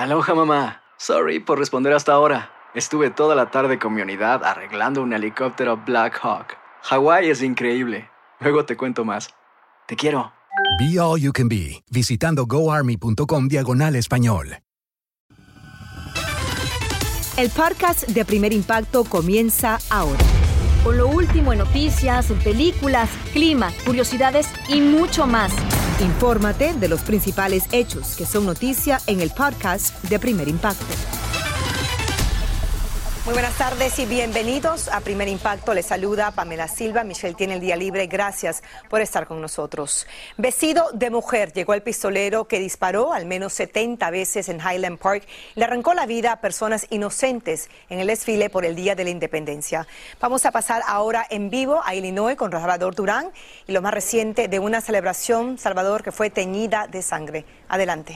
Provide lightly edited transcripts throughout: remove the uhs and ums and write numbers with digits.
Aloha, mamá. Sorry por responder hasta ahora. Estuve toda la tarde con mi unidad arreglando un helicóptero Black Hawk. Hawái es increíble. Luego te cuento más. Te quiero. Be All You Can Be, visitando goarmy.com/español. El podcast de Primer Impacto comienza ahora. Con lo último en noticias, películas, clima, curiosidades y mucho más. Infórmate de los principales hechos que son noticia en el podcast de Primer Impacto. Muy buenas tardes y bienvenidos a Primer Impacto. Les saluda Pamela Silva. Michelle tiene el día libre. Gracias por estar con nosotros. Vestido de mujer llegó el pistolero que disparó al menos 70 veces en Highland Park y le arrancó la vida a personas inocentes en el desfile por el Día de la Independencia. Vamos a pasar ahora en vivo a Illinois con Salvador Durán y lo más reciente de una celebración, Salvador, que fue teñida de sangre. Adelante.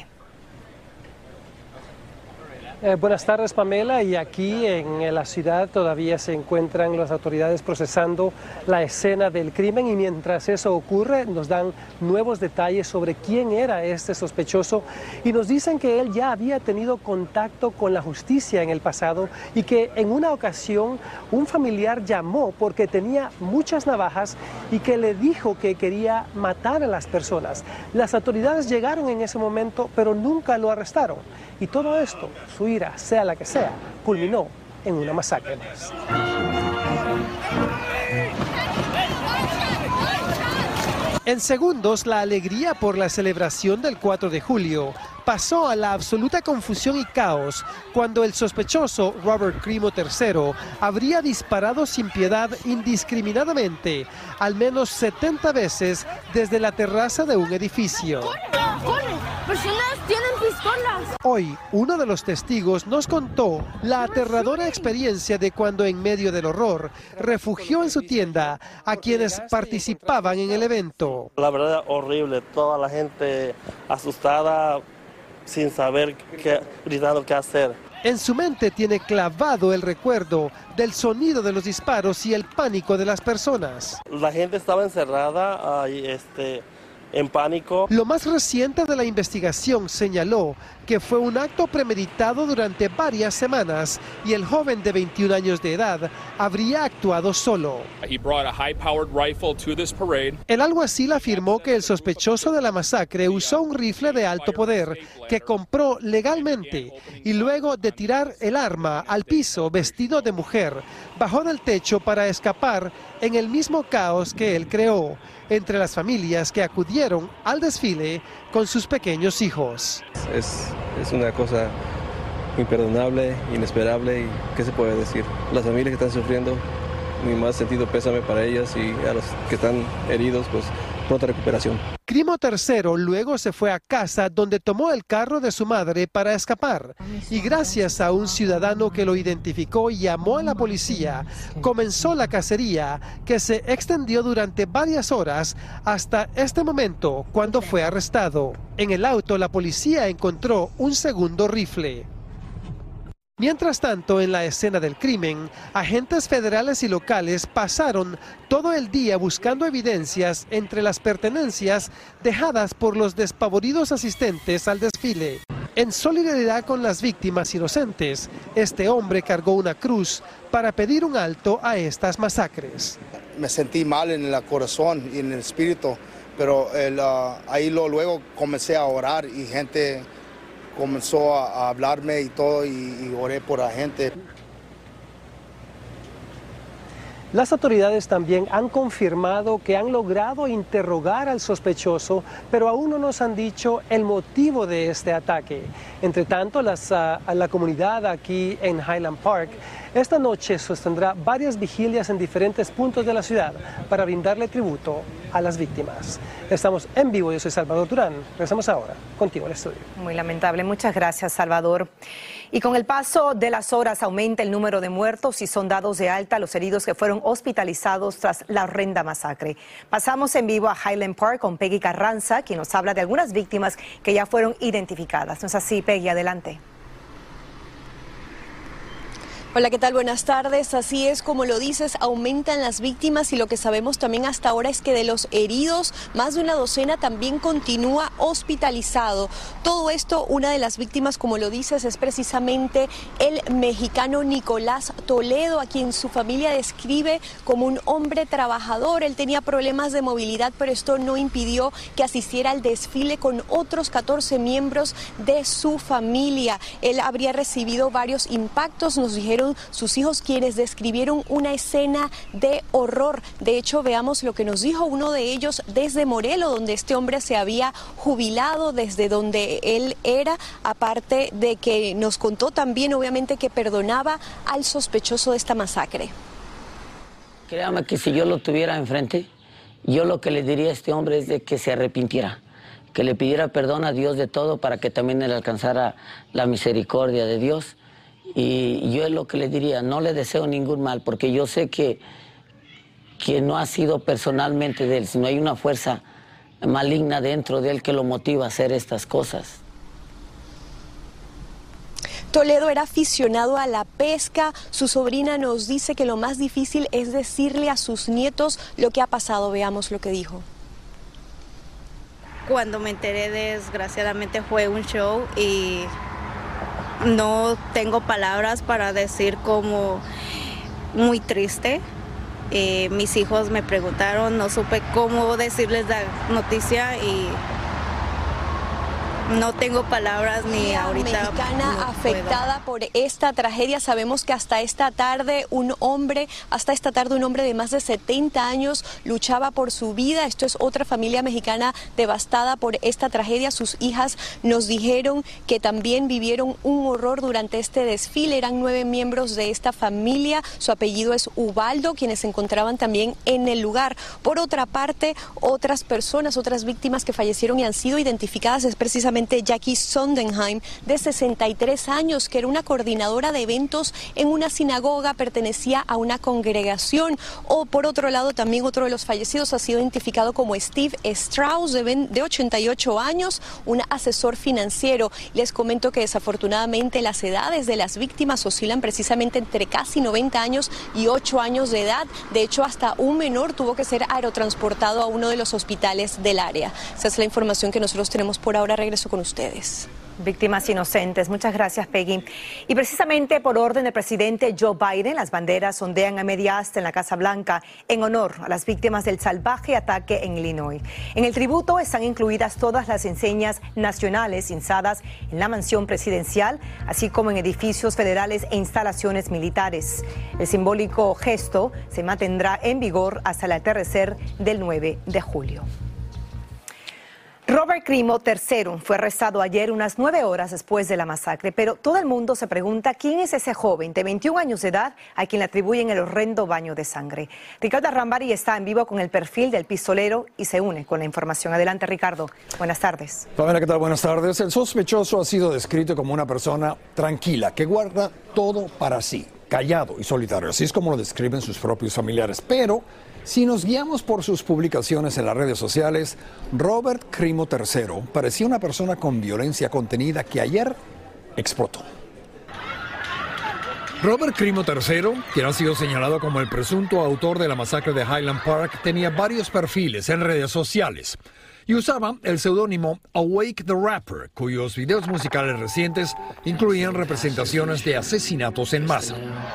Buenas tardes, Pamela, y aquí en la ciudad todavía se encuentran las autoridades procesando la escena del crimen y mientras eso ocurre nos dan nuevos detalles sobre quién era este sospechoso y nos dicen que él ya había tenido contacto con la justicia en el pasado y que en una ocasión un familiar llamó porque tenía muchas navajas y que le dijo que quería matar a las personas. Las autoridades llegaron en ese momento pero nunca lo arrestaron y todo esto, su ira, sea la que sea, culminó en una masacre más. En segundos, la alegría por la celebración del 4 de julio pasó a la absoluta confusión y caos cuando el sospechoso Robert Crimo III habría disparado sin piedad indiscriminadamente al menos 70 veces desde la terraza de un edificio. ¡Corre! ¡Personas tienen pistolas! Hoy, uno de los testigos nos contó la aterradora experiencia de cuando en medio del horror refugió en su tienda a quienes participaban en el evento. La verdad, horrible, toda la gente asustada, sin saber gritando qué hacer. En su mente tiene clavado el recuerdo del sonido de los disparos y el pánico de las personas. La gente estaba encerrada en pánico. Lo más reciente de la investigación señaló que fue un acto premeditado durante varias semanas y el joven de 21 años de edad habría actuado solo. El alguacil afirmó que el sospechoso de la masacre usó un rifle de alto poder que compró legalmente y luego de tirar el arma al piso vestido de mujer, bajó del techo para escapar en el mismo caos que él creó entre las familias que acudieron al desfile con sus pequeños hijos. Es una cosa imperdonable, inesperable y ¿qué se puede decir? Las familias que están sufriendo, mi más sentido pésame para ellas y a los que están heridos, pues pronta recuperación. Crimo III luego se fue a casa donde tomó el carro de su madre para escapar y gracias a un ciudadano que lo identificó y llamó a la policía, comenzó la cacería que se extendió durante varias horas hasta este momento cuando fue arrestado. En el auto la policía encontró un segundo rifle. Mientras tanto, en la escena del crimen, agentes federales y locales pasaron todo el día buscando evidencias entre las pertenencias dejadas por los despavoridos asistentes al desfile. En solidaridad con las víctimas inocentes, este hombre cargó una cruz para pedir un alto a estas masacres. Me sentí mal en el corazón y en el espíritu, pero ahí luego comencé a orar y gente comenzó a hablarme y todo y oré por la gente. Las autoridades también han confirmado que han logrado interrogar al sospechoso, pero aún no nos han dicho el motivo de este ataque. Entre tanto, la comunidad aquí en Highland Park esta noche sostendrá varias vigilias en diferentes puntos de la ciudad para brindarle tributo a las víctimas. Estamos en vivo, yo soy Salvador Durán. Regresamos ahora contigo al estudio. Muy lamentable, muchas gracias, Salvador. Y con el paso de las horas aumenta el número de muertos y son dados de alta los heridos que fueron hospitalizados tras la horrenda masacre. Pasamos en vivo a Highland Park con Peggy Carranza, quien nos habla de algunas víctimas que ya fueron identificadas. ¿No es así, Peggy? Adelante. Hola, ¿qué tal? Buenas tardes. Así es, como lo dices, aumentan las víctimas y lo que sabemos también hasta ahora es que de los heridos, más de una docena también continúa hospitalizado. Todo esto, una de las víctimas, como lo dices, es precisamente el mexicano Nicolás Toledo, a quien su familia describe como un hombre trabajador. Él tenía problemas de movilidad, pero esto no impidió que asistiera al desfile con otros 14 miembros de su familia. Él habría recibido varios impactos, nos dijeron sus hijos, quienes describieron una escena de horror. De hecho, veamos lo que nos dijo uno de ellos desde Morelos, donde este hombre se había jubilado, desde donde él era, aparte de que nos contó también, obviamente, que perdonaba al sospechoso de esta masacre. Créame que si yo lo tuviera enfrente, yo lo que le diría a este hombre es de que se arrepintiera, que le pidiera perdón a Dios de todo para que también él alcanzara la misericordia de Dios. Y yo es lo que le diría, no le deseo ningún mal, porque yo sé que no ha sido personalmente de él, sino hay una fuerza maligna dentro de él que lo motiva a hacer estas cosas. Toledo era aficionado a la pesca. Su sobrina nos dice que lo más difícil es decirle a sus nietos lo que ha pasado. Veamos lo que dijo. Cuando me enteré, desgraciadamente fue un show y no tengo palabras para decir, como muy triste. Mis hijos me preguntaron, no supe cómo decirles la noticia y no tengo palabras ni ahorita. Mexicana no afectada por esta tragedia. Sabemos que hasta esta tarde un hombre de más de 70 años luchaba por su vida. Esto es otra familia mexicana devastada por esta tragedia. Sus hijas nos dijeron que también vivieron un horror durante este desfile. Eran 9 miembros de esta familia. Su apellido es Ubaldo, quienes se encontraban también en el lugar. Por otra parte, otras personas, otras víctimas que fallecieron y han sido identificadas es precisamente Jackie Sondenheim, de 63 años, que era una coordinadora de eventos en una sinagoga, pertenecía a una congregación. O por otro lado, también otro de los fallecidos ha sido identificado como Steve Strauss, de 88 años, un asesor financiero. Les comento que desafortunadamente las edades de las víctimas oscilan precisamente entre casi 90 años y 8 años de edad. De hecho, hasta un menor tuvo que ser aerotransportado a uno de los hospitales del área. Esa es la información que nosotros tenemos por ahora. Regreso con ustedes. Víctimas inocentes. Muchas gracias, Peggy. Y precisamente por orden del presidente Joe Biden, las banderas ondean a media asta en la Casa Blanca en honor a las víctimas del salvaje ataque en Illinois. En el tributo están incluidas todas las enseñas nacionales instaladas en la mansión presidencial, así como en edificios federales e instalaciones militares. El simbólico gesto se mantendrá en vigor hasta el atardecer del 9 de julio. Robert Crimo III fue arrestado ayer unas 9 horas después de la masacre, pero todo el mundo se pregunta quién es ese joven de 21 años de edad a quien le atribuyen el horrendo baño de sangre. Ricardo Arrambari está en vivo con el perfil del pistolero y se une con la información. Adelante, Ricardo. Buenas tardes. Pamela, ¿qué tal? Buenas tardes. El sospechoso ha sido descrito como una persona tranquila, que guarda todo para sí, callado y solitario. Así es como lo describen sus propios familiares. Pero si nos guiamos por sus publicaciones en las redes sociales, Robert Crimo III parecía una persona con violencia contenida que ayer explotó. Robert Crimo III, quien ha sido señalado como el presunto autor de la masacre de Highland Park, tenía varios perfiles en redes sociales y usaba el seudónimo Awake the Rapper, cuyos videos musicales recientes incluían representaciones de asesinatos en masa.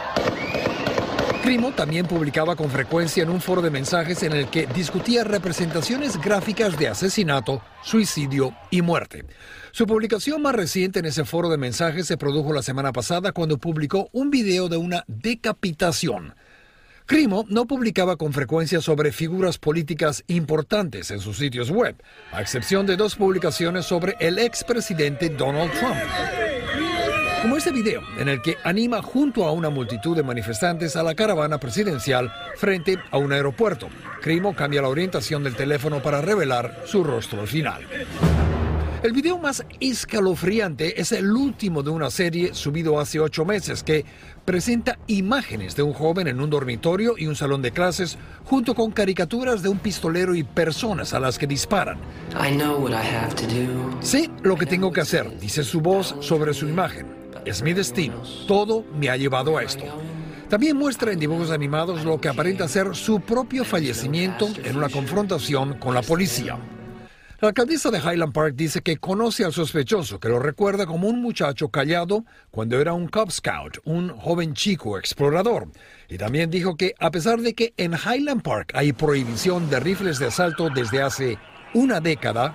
Crimo también publicaba con frecuencia en un foro de mensajes en el que discutía representaciones gráficas de asesinato, suicidio y muerte. Su publicación más reciente en ese foro de mensajes se produjo la semana pasada cuando publicó un video de una decapitación. Crimo no publicaba con frecuencia sobre figuras políticas importantes en sus sitios web, a excepción de 2 publicaciones sobre el expresidente Donald Trump. Como este video, en el que anima junto a una multitud de manifestantes a la caravana presidencial frente a un aeropuerto. Crimo cambia la orientación del teléfono para revelar su rostro al final. El video más escalofriante es el último de una serie subido hace 8 meses que presenta imágenes de un joven en un dormitorio y un salón de clases junto con caricaturas de un pistolero y personas a las que disparan. Sé lo que tengo que hacer, dice su voz sobre su imagen. es mi destino. Todo me ha llevado a esto. También muestra en dibujos animados lo que aparenta ser su propio fallecimiento en una confrontación con la policía. La alcaldesa de Highland Park dice que conoce al sospechoso, que lo recuerda como un muchacho callado cuando era un Cub Scout, un joven chico explorador. Y también dijo que a pesar de que en Highland Park hay prohibición de rifles de asalto desde hace una década,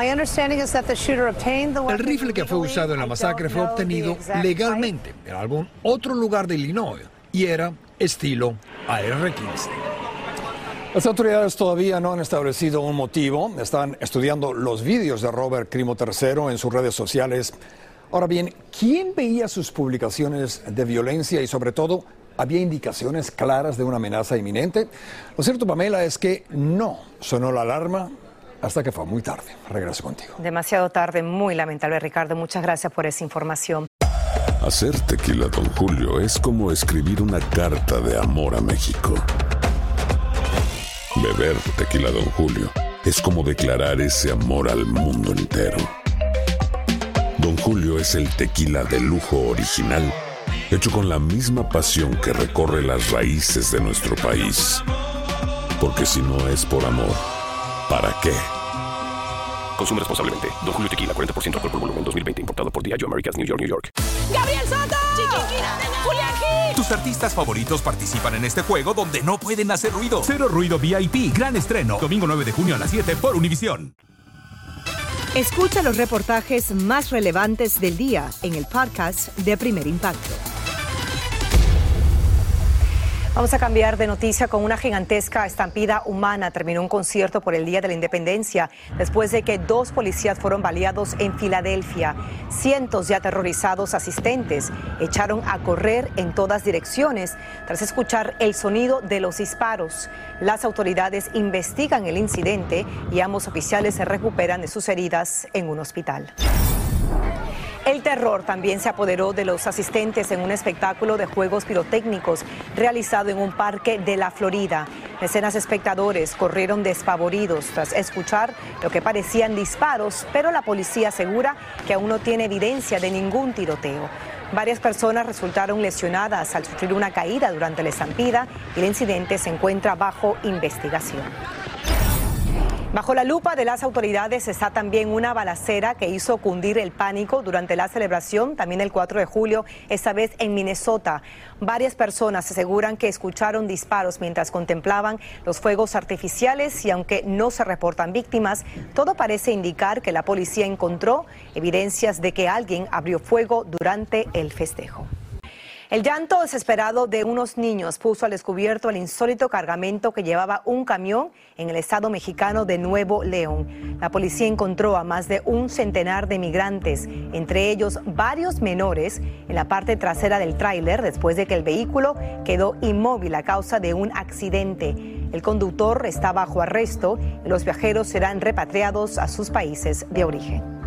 el rifle que fue usado en la masacre fue obtenido legalmente en algún otro lugar de Illinois y era estilo AR-15. Las autoridades todavía no han establecido un motivo. Están estudiando los vídeos de Robert Crimo III en sus redes sociales. Ahora bien, ¿quién veía sus publicaciones de violencia y sobre todo había indicaciones claras de una amenaza inminente? Lo cierto, Pamela, es que no sonó la alarma hasta que fue muy tarde. Regreso contigo. Demasiado tarde, muy lamentable, Ricardo. Muchas gracias por esa información. Hacer tequila Don Julio es como escribir una carta de amor a México. Beber tequila Don Julio es como declarar ese amor al mundo entero. Don Julio es el tequila de lujo original, hecho con la misma pasión que recorre las raíces de nuestro país. Porque si no es por amor, ¿para qué? Consume responsablemente. Don Julio Tequila, 40% alcohol por volumen, 2020. Importado por Diageo Americas, New York, New York. ¡Gabriel Soto! ¡Julián Gil! Tus artistas favoritos participan en este juego donde no pueden hacer ruido. Cero Ruido VIP, gran estreno. Domingo 9 de junio a las 7 por Univisión. Escucha los reportajes más relevantes del día en el podcast de Primer Impacto. Vamos a cambiar de noticia. Con una gigantesca estampida humana terminó un concierto por el Día de la Independencia después de que 2 policías fueron baleados en Filadelfia. Cientos de aterrorizados asistentes echaron a correr en todas direcciones tras escuchar el sonido de los disparos. Las autoridades investigan el incidente y ambos oficiales se recuperan de sus heridas en un hospital. El terror también se apoderó de los asistentes en un espectáculo de juegos pirotécnicos realizado en un parque de la Florida. Decenas de espectadores corrieron despavoridos tras escuchar lo que parecían disparos, pero la policía asegura que aún no tiene evidencia de ningún tiroteo. Varias personas resultaron lesionadas al sufrir una caída durante la estampida y el incidente se encuentra bajo investigación. Bajo la lupa de las autoridades está también una balacera que hizo cundir el pánico durante la celebración, también el 4 de julio, esta vez en Minnesota. Varias personas aseguran que escucharon disparos mientras contemplaban los fuegos artificiales y aunque no se reportan víctimas, todo parece indicar que la policía encontró evidencias de que alguien abrió fuego durante el festejo. El llanto desesperado de unos niños puso al descubierto el insólito cargamento que llevaba un camión en el estado mexicano de Nuevo León. La policía encontró a más de un centenar de migrantes, entre ellos varios menores, en la parte trasera del tráiler después de que el vehículo quedó inmóvil a causa de un accidente. El conductor está bajo arresto y los viajeros serán repatriados a sus países de origen.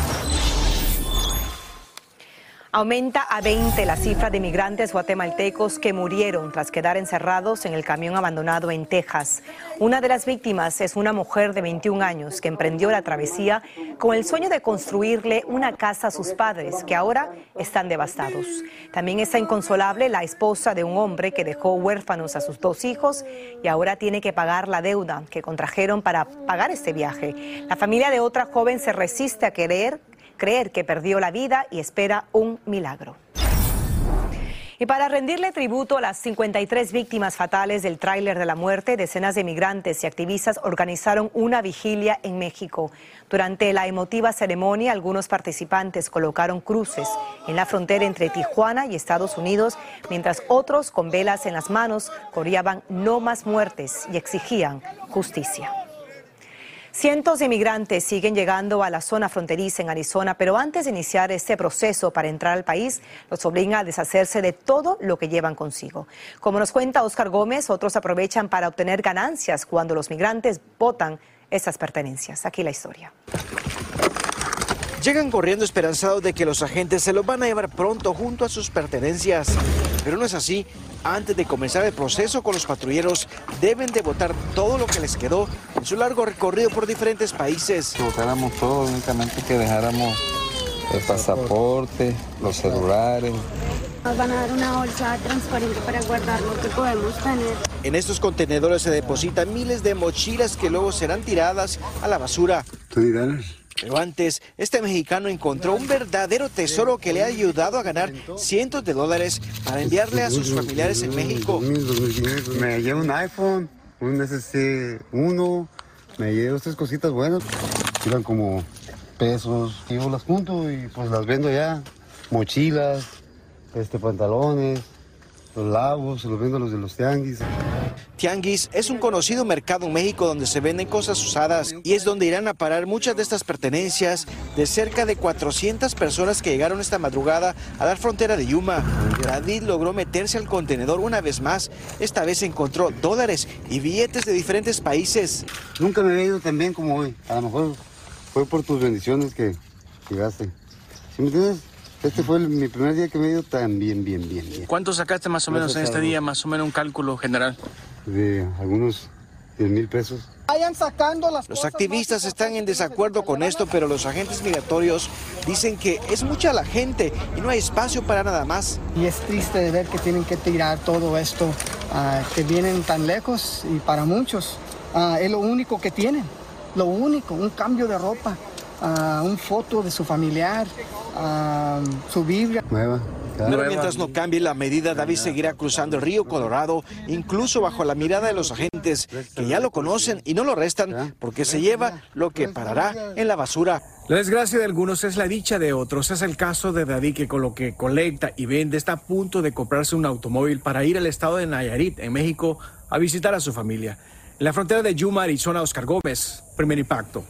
Aumenta a 20 la cifra de migrantes guatemaltecos que murieron tras quedar encerrados en el camión abandonado en Texas. Una de las víctimas es una mujer de 21 años que emprendió la travesía con el sueño de construirle una casa a sus padres, que ahora están devastados. También está inconsolable la esposa de un hombre que dejó huérfanos a sus 2 hijos y ahora tiene que pagar la deuda que contrajeron para pagar este viaje. La familia de otra joven se resiste a creer que perdió la vida y espera un milagro. Y para rendirle tributo a las 53 víctimas fatales del tráiler de la muerte, decenas de migrantes y activistas organizaron una vigilia en México. Durante la emotiva ceremonia, algunos participantes colocaron cruces en la frontera entre Tijuana y Estados Unidos, mientras otros, con velas en las manos, coreaban "no más muertes" y exigían justicia. Cientos de migrantes siguen llegando a la zona fronteriza en Arizona, pero antes de iniciar este proceso para entrar al país, los obliga a deshacerse de todo lo que llevan consigo. Como nos cuenta Oscar Gómez, otros aprovechan para obtener ganancias cuando los migrantes botan esas pertenencias. Aquí la historia. Llegan corriendo esperanzados de que los agentes se los van a llevar pronto junto a sus pertenencias. Pero no es así. Antes de comenzar el proceso con los patrulleros, deben de botar todo lo que les quedó en su largo recorrido por diferentes países. Si botáramos todo, únicamente que dejáramos el pasaporte, los celulares. Nos van a dar una bolsa transparente para guardar lo que podemos tener. En estos contenedores se depositan miles de mochilas que luego serán tiradas a la basura. Pero antes, este mexicano encontró un verdadero tesoro que le ha ayudado a ganar cientos de dólares para enviarle a sus familiares en México. Me llevo un iPhone, un SC1, me llevo 3 cositas buenas. Eran como pesos, yo las junto y pues las vendo allá. Mochilas, pantalones, los lavos, se los vendo a los de los tianguis. Tianguis es un conocido mercado en México donde se venden cosas usadas y es donde irán a parar muchas de estas pertenencias de cerca de 400 personas que llegaron esta madrugada a la frontera de Yuma. David logró meterse al contenedor una vez más. Esta vez encontró dólares y billetes de diferentes países. Nunca me había ido tan bien como hoy. A lo mejor fue por tus bendiciones que llegaste. ¿Sí me entiendes? Este fue mi primer día que me he ido tan bien. ¿Cuánto sacaste más o menos en este día? Más o menos un cálculo general. De algunos 10,000 pesos. Los activistas están en desacuerdo con esto, pero los agentes migratorios dicen que es mucha la gente y no hay espacio para nada más. Y es triste de ver que tienen que tirar todo esto, que vienen tan lejos y para muchos es lo único que tienen. Lo único, un cambio de ropa, una foto de su familiar, su Biblia. Pero mientras no cambie la medida, David seguirá cruzando el río Colorado, incluso bajo la mirada de los agentes, que ya lo conocen y no lo arrestan porque se lleva lo que parará en la basura. La desgracia de algunos es la dicha de otros. Es el caso de David, que con lo que colecta y vende está a punto de comprarse un automóvil para ir al estado de Nayarit, en México, a visitar a su familia. En la frontera de Yuma, Arizona, Oscar Gómez, Primer Impacto.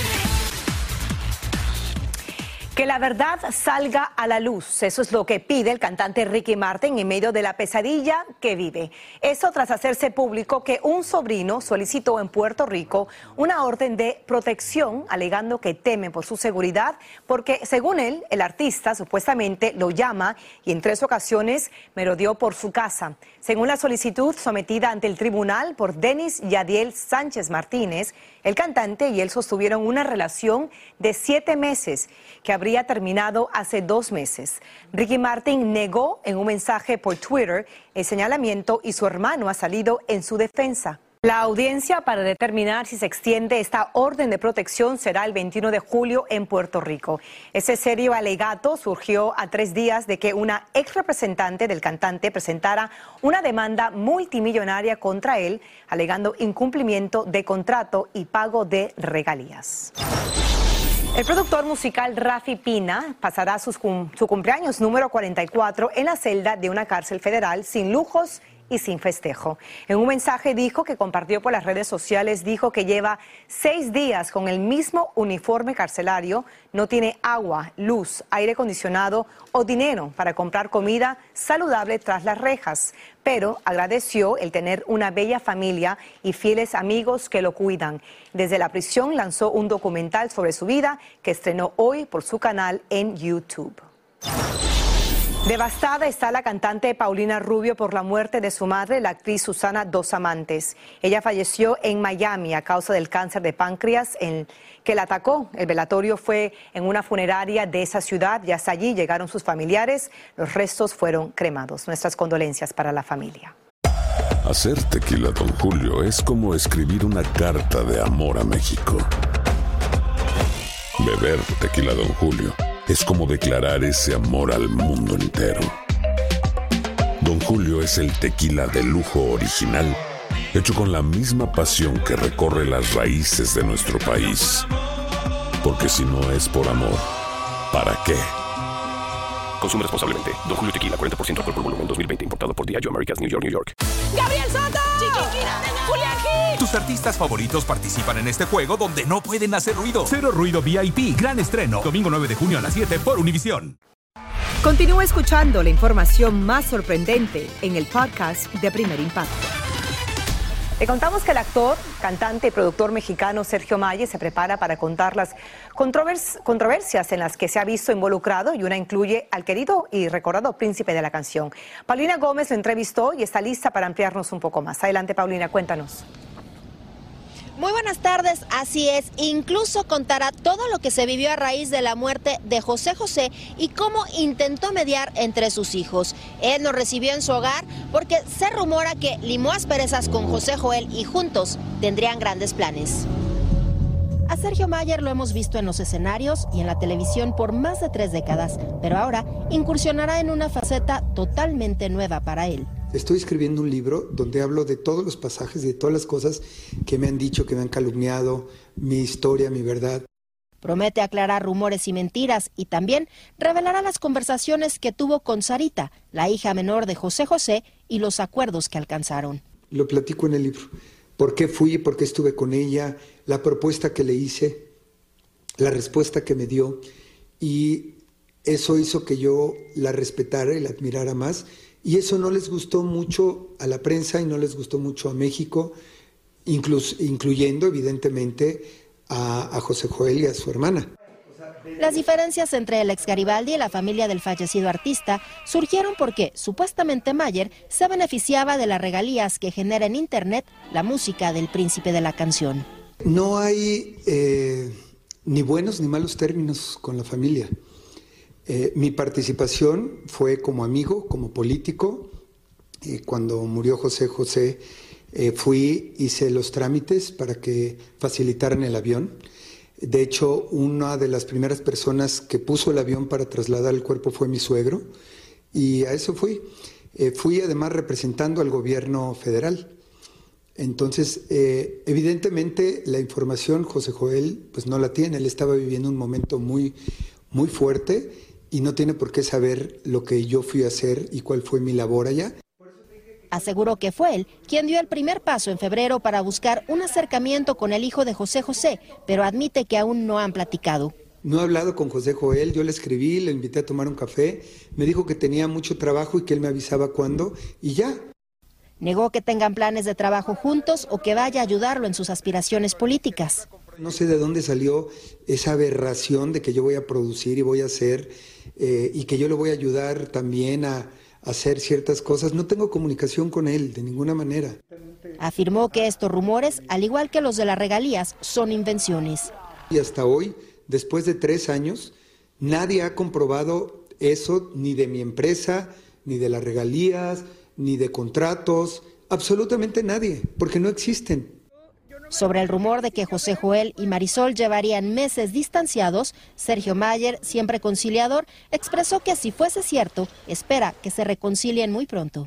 Que la verdad salga a la luz, eso es lo que pide el cantante Ricky Martin en medio de la pesadilla que vive. Eso tras hacerse público que un sobrino solicitó en Puerto Rico una orden de protección, alegando que temen por su seguridad, porque según él, el artista supuestamente lo llama y en 3 ocasiones merodeó por su casa. Según la solicitud sometida ante el tribunal por Denis Yadiel Sánchez Martínez, el cantante y él sostuvieron una relación de 7 meses que habría terminado hace 2 meses. Ricky Martin negó en un mensaje por Twitter el señalamiento y su hermano ha salido en su defensa. La audiencia para determinar si se extiende esta orden de protección será el 21 de julio en Puerto Rico. Ese serio alegato surgió a 3 días de que una ex representante del cantante presentara una demanda multimillonaria contra él, alegando incumplimiento de contrato y pago de regalías. El productor musical Rafi Pina pasará su cumpleaños número 44 en la celda de una cárcel federal sin lujos y sin festejo. En un mensaje dijo que compartió por las redes sociales, dijo que lleva 6 días con el mismo uniforme carcelario, no tiene agua, luz, aire acondicionado o dinero para comprar comida saludable tras las rejas, pero agradeció el tener una bella familia y fieles amigos que lo cuidan. Desde la prisión lanzó un documental sobre su vida que estrenó hoy por su canal en YouTube. Devastada está la cantante Paulina Rubio por la muerte de su madre, la actriz Susana Dos Amantes. Ella falleció en Miami a causa del cáncer de páncreas que la atacó. El velatorio fue en una funeraria de esa ciudad y hasta allí llegaron sus familiares. Los restos fueron cremados. Nuestras condolencias para la familia. Hacer tequila Don Julio es como escribir una carta de amor a México. Beber tequila Don Julio es como declarar ese amor al mundo entero. Don Julio es el tequila de lujo original, hecho con la misma pasión que recorre las raíces de nuestro país. Porque si no es por amor, ¿para qué? Consume responsablemente. Don Julio Tequila, 40% alcohol por volumen, 2020. Importado por Diageo Americas, New York, New York. ¡Gabriel Soto! ¡Chiquinquirá! ¡Julián Gil! Tus artistas favoritos participan en este juego donde no pueden hacer ruido. Cero Ruido VIP. Gran estreno. Domingo 9 de junio a las 7 por Univisión. Continúa escuchando la información más sorprendente en el podcast de Primer Impacto. Le contamos que el actor, cantante y productor mexicano Sergio Mayer se prepara para contar las controversias en las que se ha visto involucrado, y una incluye al querido y recordado príncipe de la canción. Paulina Gómez lo entrevistó y está lista para ampliarnos un poco más. Adelante, Paulina, cuéntanos. Muy buenas tardes, así es, incluso contará todo lo que se vivió a raíz de la muerte de José José y cómo intentó mediar entre sus hijos. Él nos recibió en su hogar porque se rumora que limó asperezas con José Joel y juntos tendrían grandes planes. A Sergio Mayer lo hemos visto en los escenarios y en la televisión por más de 3 décadas, pero ahora incursionará en una faceta totalmente nueva para él. Estoy escribiendo un libro donde hablo de todos los pasajes, de todas las cosas que me han dicho, que me han calumniado, mi historia, mi verdad. Promete aclarar rumores y mentiras y también revelará las conversaciones que tuvo con Sarita, la hija menor de José José, y los acuerdos que alcanzaron. Lo platico en el libro. ¿Por qué fui? ¿Por qué estuve con ella? La propuesta que le hice, la respuesta que me dio, y eso hizo que yo la respetara y la admirara más. Y eso no les gustó mucho a la prensa y no les gustó mucho a México, incluyendo evidentemente a José Joel y a su hermana. Las diferencias entre el ex Garibaldi y la familia del fallecido artista surgieron porque supuestamente Mayer se beneficiaba de las regalías que genera en internet la música del príncipe de la canción. No hay ni buenos ni malos términos con la familia. Mi participación fue como amigo, como político. Cuando murió José José, hice los trámites para que facilitaran el avión. De hecho, una de las primeras personas que puso el avión para trasladar el cuerpo fue mi suegro, y a eso fui. Fui además representando al gobierno federal. Entonces, evidentemente la información José Joel pues no la tiene. Él estaba viviendo un momento muy, muy fuerte y no tiene por qué saber lo que yo fui a hacer y cuál fue mi labor allá. Aseguró que fue él quien dio el primer paso en febrero para buscar un acercamiento con el hijo de José José, pero admite que aún no han platicado. No he hablado con José Joel, yo le escribí, le invité a tomar un café, me dijo que tenía mucho trabajo y que él me avisaba cuándo, y ya. Negó que tengan planes de trabajo juntos o que vaya a ayudarlo en sus aspiraciones políticas. No sé de dónde salió esa aberración de que yo voy a producir y voy a hacer, y que yo le voy a ayudar también a hacer ciertas cosas. No tengo comunicación con él de ninguna manera. Afirmó que estos rumores, al igual que los de las regalías, son invenciones. Y hasta hoy, después de 3 años, nadie ha comprobado eso, ni de mi empresa, ni de las regalías, ni de contratos, absolutamente nadie, porque no existen. Sobre el rumor de que José Joel y Marisol llevarían meses distanciados, Sergio Mayer, siempre conciliador, expresó que si fuese cierto, espera que se reconcilien muy pronto.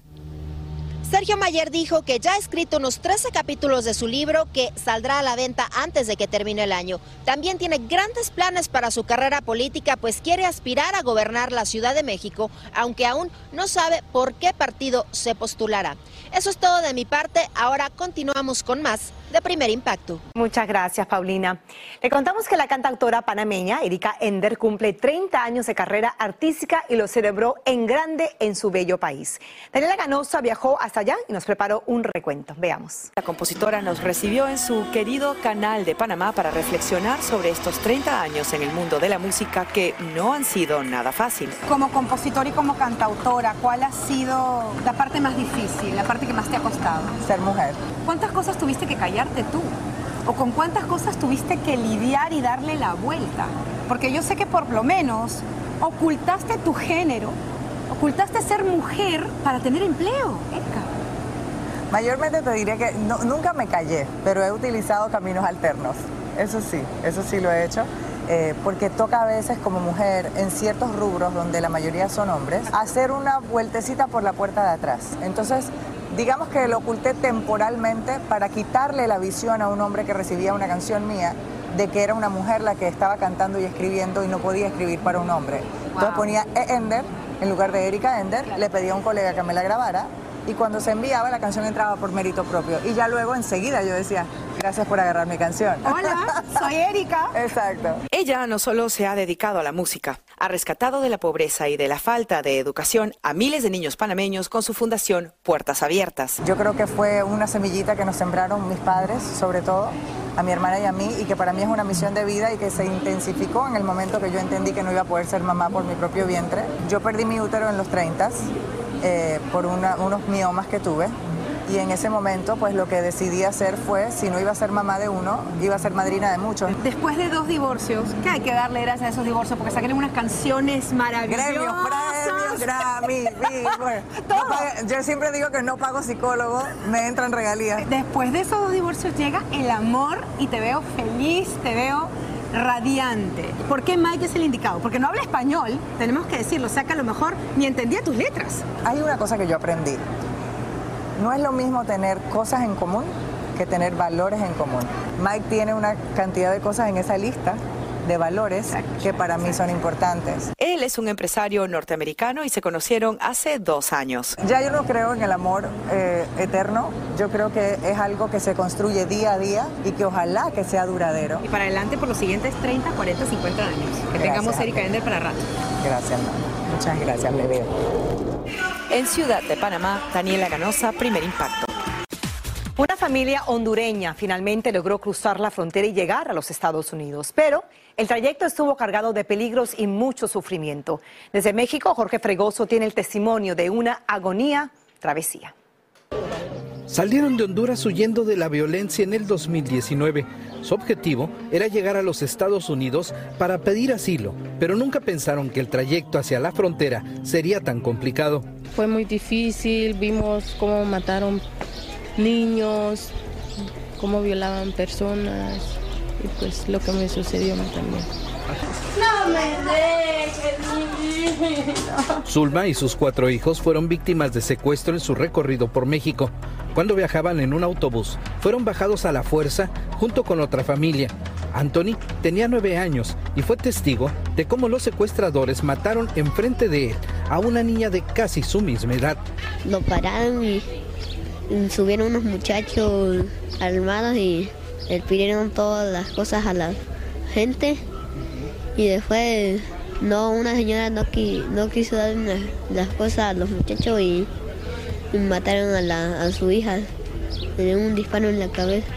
Sergio Mayer dijo que ya ha escrito unos 13 capítulos de su libro que saldrá a la venta antes de que termine el año. También tiene grandes planes para su carrera política, pues quiere aspirar a gobernar la Ciudad de México, aunque aún no sabe por qué partido se postulará. Eso es todo de mi parte, ahora continuamos con más de Primer Impacto. Muchas gracias, Paulina. Le contamos que la cantautora panameña Erika Ender cumple 30 años de carrera artística y lo celebró en grande en su bello país. Daniela Ganosa viajó hasta allá y nos preparó un recuento. Veamos. La compositora nos recibió en su querido canal de Panamá para reflexionar sobre estos 30 años en el mundo de la música que no han sido nada fácil. Como compositora y como cantautora, ¿cuál ha sido la parte más difícil, la parte que más te ha costado? Ser mujer. ¿Cuántas cosas tuviste que callarte tú? ¿O con cuántas cosas tuviste que lidiar y darle la vuelta? Porque yo sé que por lo menos ocultaste tu género, ocultaste ser mujer para tener empleo, Erika. Mayormente te diría que nunca me callé, pero he utilizado caminos alternos. Eso sí lo he hecho. Porque toca a veces como mujer en ciertos rubros donde la mayoría son hombres, hacer una vueltecita por la puerta de atrás. Entonces, digamos que lo oculté temporalmente para quitarle la visión a un hombre que recibía una canción mía de que era una mujer la que estaba cantando y escribiendo y no podía escribir para un hombre. Entonces ponía Ender en lugar de Erika Ender, le pedía a un colega que me la grabara y cuando se enviaba la canción entraba por mérito propio. Y ya luego enseguida yo decía, gracias por agarrar mi canción. Hola, soy Erika. Exacto. Ella no solo se ha dedicado a la música, ha rescatado de la pobreza y de la falta de educación a miles de niños panameños con su fundación Puertas Abiertas. Yo creo que fue una semillita que nos sembraron mis padres, sobre todo, a mi hermana y a mí, y que para mí es una misión de vida y que se intensificó en el momento que yo entendí que no iba a poder ser mamá por mi propio vientre. Yo perdí mi útero en los 30 por unos miomas que tuve. y en ese momento pues lo que decidí hacer fue, si no iba a ser mamá de uno, iba a ser madrina de muchos. Después de 2 divorcios, ¿qué hay que darle gracias a esos divorcios? Porque sacaron unas canciones maravillosas. Premios, Grammy, bueno, yo siempre digo que no pago psicólogo, me entran regalías. Después de esos 2 divorcios llega el amor y te veo feliz, te veo radiante. ¿Por qué Mike es el indicado? Porque no habla español, tenemos que decirlo, o sea que a lo mejor ni entendía tus letras. Hay una cosa que yo aprendí. No es lo mismo tener cosas en común que tener valores en común. Mike tiene una cantidad de cosas en esa lista de valores que para mí son importantes. Él es un empresario norteamericano y se conocieron hace 2 años. Ya yo no creo en el amor eterno, yo creo que es algo que se construye día a día y que ojalá que sea duradero. Y para adelante por los siguientes 30, 40, 50 años. Que tengamos Erika Ender para rato. Gracias, mamá. Muchas gracias, me veo. En Ciudad de Panamá, Daniela Ganosa, Primer Impacto. Una familia hondureña finalmente logró cruzar la frontera y llegar a los Estados Unidos, pero el trayecto estuvo cargado de peligros y mucho sufrimiento. Desde México, Jorge Fregoso tiene el testimonio de una agonía travesía. Salieron de Honduras huyendo de la violencia en el 2019. Su objetivo era llegar a los Estados Unidos para pedir asilo, pero nunca pensaron que el trayecto hacia la frontera sería tan complicado. Fue muy difícil, vimos cómo mataron niños, cómo violaban personas y pues lo que me sucedió a mí también. No me dejes, Zulma y sus 4 hijos fueron víctimas de secuestro en su recorrido por México. Cuando viajaban en un autobús, fueron bajados a la fuerza junto con otra familia. Anthony tenía 9 años y fue testigo de cómo los secuestradores mataron enfrente de él a una niña de casi su misma edad. Lo pararon y subieron unos muchachos armados y le pidieron todas las cosas a la gente y después una señora no quiso dar las cosas a los muchachos y mataron a su hija, le dieron un disparo en la cabeza.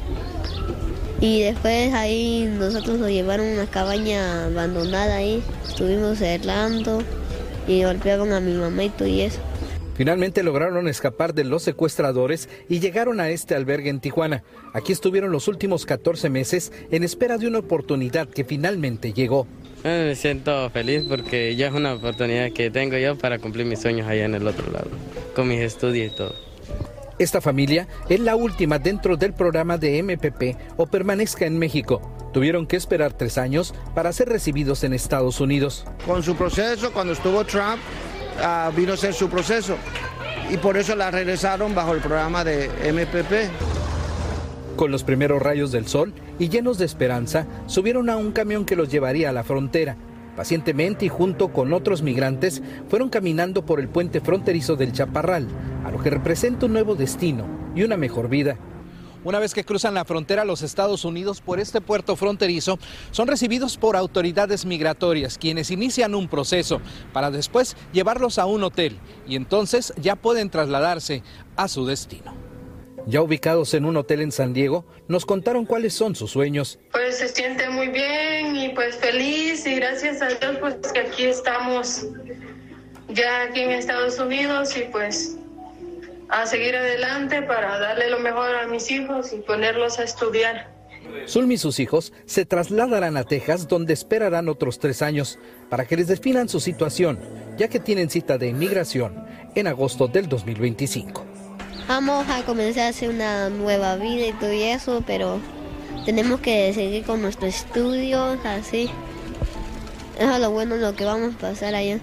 Y después ahí nosotros nos llevaron a una cabaña abandonada ahí, estuvimos cerrando y golpeaban a mi mamá y todo y eso. Finalmente lograron escapar de los secuestradores y llegaron a este albergue en Tijuana. Aquí estuvieron los últimos 14 meses en espera de una oportunidad que finalmente llegó. Me siento feliz porque ya es una oportunidad que tengo yo para cumplir mis sueños allá en el otro lado, con mis estudios y todo. Esta familia es la última dentro del programa de MPP o Permanezca en México. Tuvieron que esperar 3 años para ser recibidos en Estados Unidos. Con su proceso, cuando estuvo Trump, vino a ser su proceso y por eso la regresaron bajo el programa de MPP. Con los primeros rayos del sol y llenos de esperanza, subieron a un camión que los llevaría a la frontera. Pacientemente y junto con otros migrantes, fueron caminando por el puente fronterizo del Chaparral, a lo que representa un nuevo destino y una mejor vida. Una vez que cruzan la frontera a los Estados Unidos por este puerto fronterizo, son recibidos por autoridades migratorias, quienes inician un proceso para después llevarlos a un hotel y entonces ya pueden trasladarse a su destino. Ya ubicados en un hotel en San Diego, nos contaron cuáles son sus sueños. Pues se siente muy bien y pues feliz y gracias a Dios pues que aquí estamos ya aquí en Estados Unidos y pues a seguir adelante para darle lo mejor a mis hijos y ponerlos a estudiar. Zulma y sus hijos se trasladarán a Texas, donde esperarán otros 3 años para que les definan su situación, ya que tienen cita de inmigración en agosto del 2025. Vamos a comenzar a hacer una nueva vida y todo eso, pero tenemos que seguir con nuestros estudios, así. Eso es lo bueno, lo que vamos a pasar allá.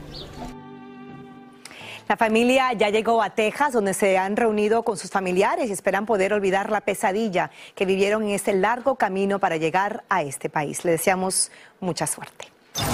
La familia ya llegó a Texas, donde se han reunido con sus familiares y esperan poder olvidar la pesadilla que vivieron en este largo camino para llegar a este país. Le deseamos mucha suerte.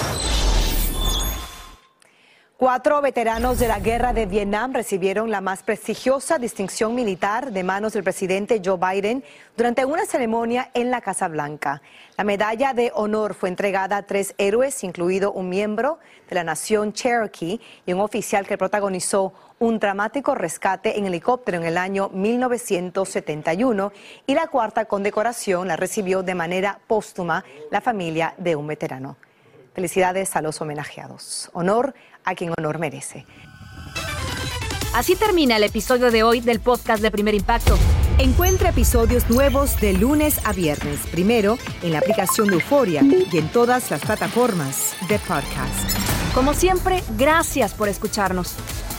4 veteranos de la guerra de Vietnam recibieron la más prestigiosa distinción militar de manos del presidente Joe Biden durante una ceremonia en la Casa Blanca. La medalla de honor fue entregada a 3 héroes, incluido un miembro de la nación Cherokee y un oficial que protagonizó un dramático rescate en helicóptero en el año 1971, y la 4ª condecoración la recibió de manera póstuma la familia de un veterano. Felicidades a los homenajeados. Honor a quien honor merece. Así termina el episodio de hoy del podcast de Primer Impacto. Encuentra episodios nuevos de lunes a viernes, primero en la aplicación de Euforia y en todas las plataformas de podcast. Como siempre, gracias por escucharnos.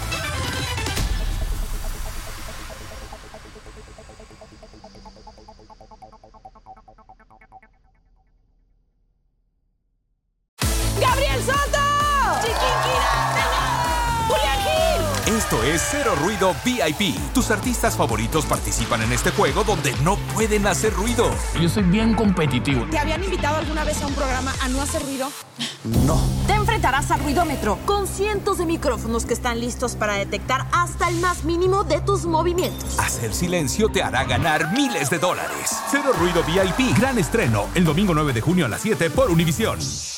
¡Gabriel Soto! Esto es Cero Ruido VIP. Tus artistas favoritos participan en este juego donde no pueden hacer ruido. Yo soy bien competitivo. ¿Te habían invitado alguna vez a un programa a no hacer ruido? No. Te enfrentarás al ruidómetro con cientos de micrófonos que están listos para detectar hasta el más mínimo de tus movimientos. Hacer silencio te hará ganar miles de dólares. Cero Ruido VIP. Gran estreno el domingo 9 de junio a las 7 por Univisión.